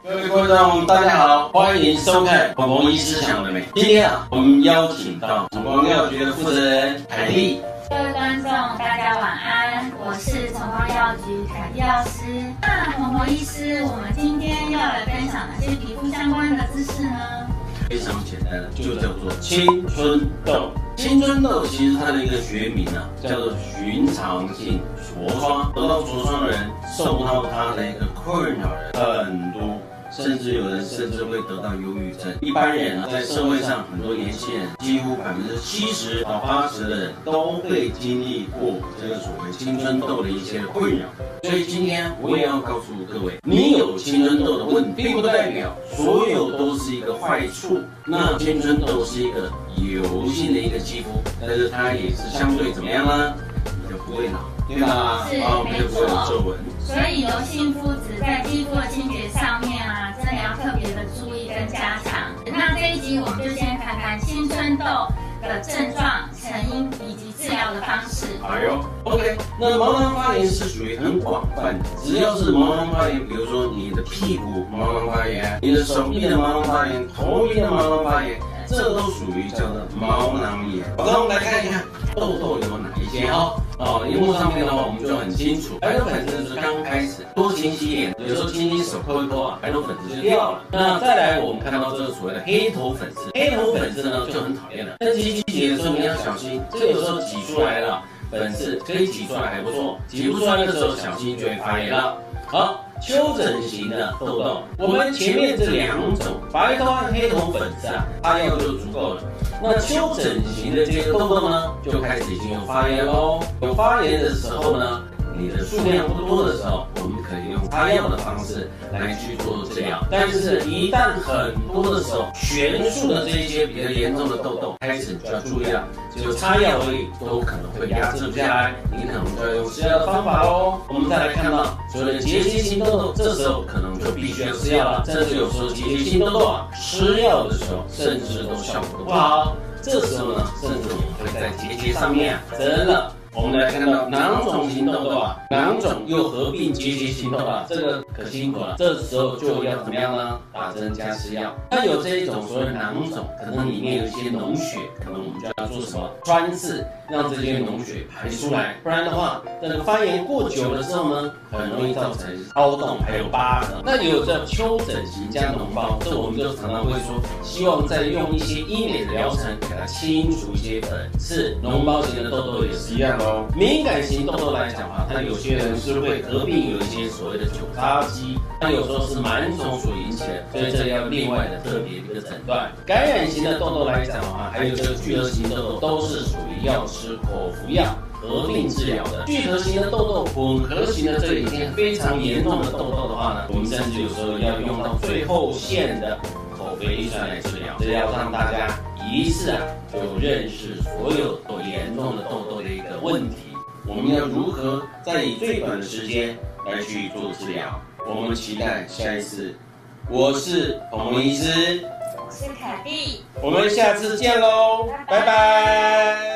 各位观众，大家好，欢迎收看鹏鹏医师讲的美。今天我们邀请到崇光药局的负责人凯蒂。 各位观众，大家晚安，我是崇光药局凯蒂药师。那鹏鹏医师，我们今天要来分享哪些皮肤相关的知识呢？ 非常简单的，就叫做青春痘。青春痘其实它的一个学名啊，叫做寻常性痤疮。得到痤疮的人，受到它的一个困扰的人很多。甚至有人会得到忧郁症。一般人在社会上很多年轻人，几乎70%到80%的人都会经历过这个所谓青春痘的一些困扰。所以今天我也要告诉各位，你有青春痘的问题，并不代表所有都是一个坏处。那青春痘是一个油性的一个肌肤，但是它也是相对怎么样呢？比较不会老，对吧？ 是，没错。皱纹。所以油性肤质在肌肤的清洁上面啊，真的要特别的注意跟加强。那这一集我们就先看看青春痘的症状、成因以及治疗的方式。 哎呦 ，OK， 那毛囊发炎是属于很广泛的，只要是毛囊发炎，比如说你的屁股毛囊发炎，你的手臂的毛囊发炎，头皮的毛囊发炎，这都属于叫做毛囊炎。好的，我们来看一看痘痘有哪一些荧幕上面的话我们就很清楚，白头粉刺是刚开始，多勤洗脸，有时候轻轻手抠一抠啊，白头粉刺就掉了。那再来我们看到这个所谓的黑头粉刺，黑头粉刺呢就很讨厌了，但是挤的时候你要小心，这个有时候挤出来了，粉刺可以挤出来还不错，挤不出来的时候小心就会发炎了。好，丘疹型的痘痘，我们前面这两种白头和黑头粉刺啊，擦药就足够了。那丘疹型的这个痘痘呢，就开始已经有发炎喽。有发炎的时候呢，你的数量不多的时候，我们可以用擦药的方式来去做治疗。但是，一旦很多的时候，全数的这一些比较严重的痘痘开始，就要注意了，只有擦药而已都可能会压制不下来，你可能就要用吃药的方法喽。我们再来看到所谓的结节型痘痘，这时候可能就必须要吃药了。甚至有时候结节型痘痘啊，吃药的时候甚至都效果都不好。这时候呢，甚至我们会在结节上面真的。我们来看到囊肿型痘痘啊，囊肿又合并结节型痘痘啊，这个可辛苦了。这时候就要怎么样呢？打针加吃药。那有这一种所谓囊肿，可能里面有一些脓血，可能我们就要做什么穿刺，让这些脓血排出来。不然的话，这个发炎过久了之后呢，很容易造成凹洞还有疤痕。那有这丘疹型加脓包，这我们就常常会说，希望再用一些医美的疗程给它清除一些粉刺。脓包型的痘痘也是一样的。敏感型痘痘来讲啊，它有些人是会合并有一些所谓的酒糟肌，它有时候是螨虫所引起的，所以这要另外的特别的一个诊断。感染型的痘痘来讲的话，还有这个聚合型痘痘，都是属于要吃口服药合并治疗的。聚合型的痘痘、混合型的这已经非常严重的痘痘的话呢，我们甚至有时候要用到最后线的口服乙酸来治疗，这要让大家一次就认识所有严重的痘痘的一个问题，我们要如何在以最短的时间来去做治疗？我们期待下一次。我是鹏鹏医师， 我是凯蒂， 我们下次见喽，拜拜。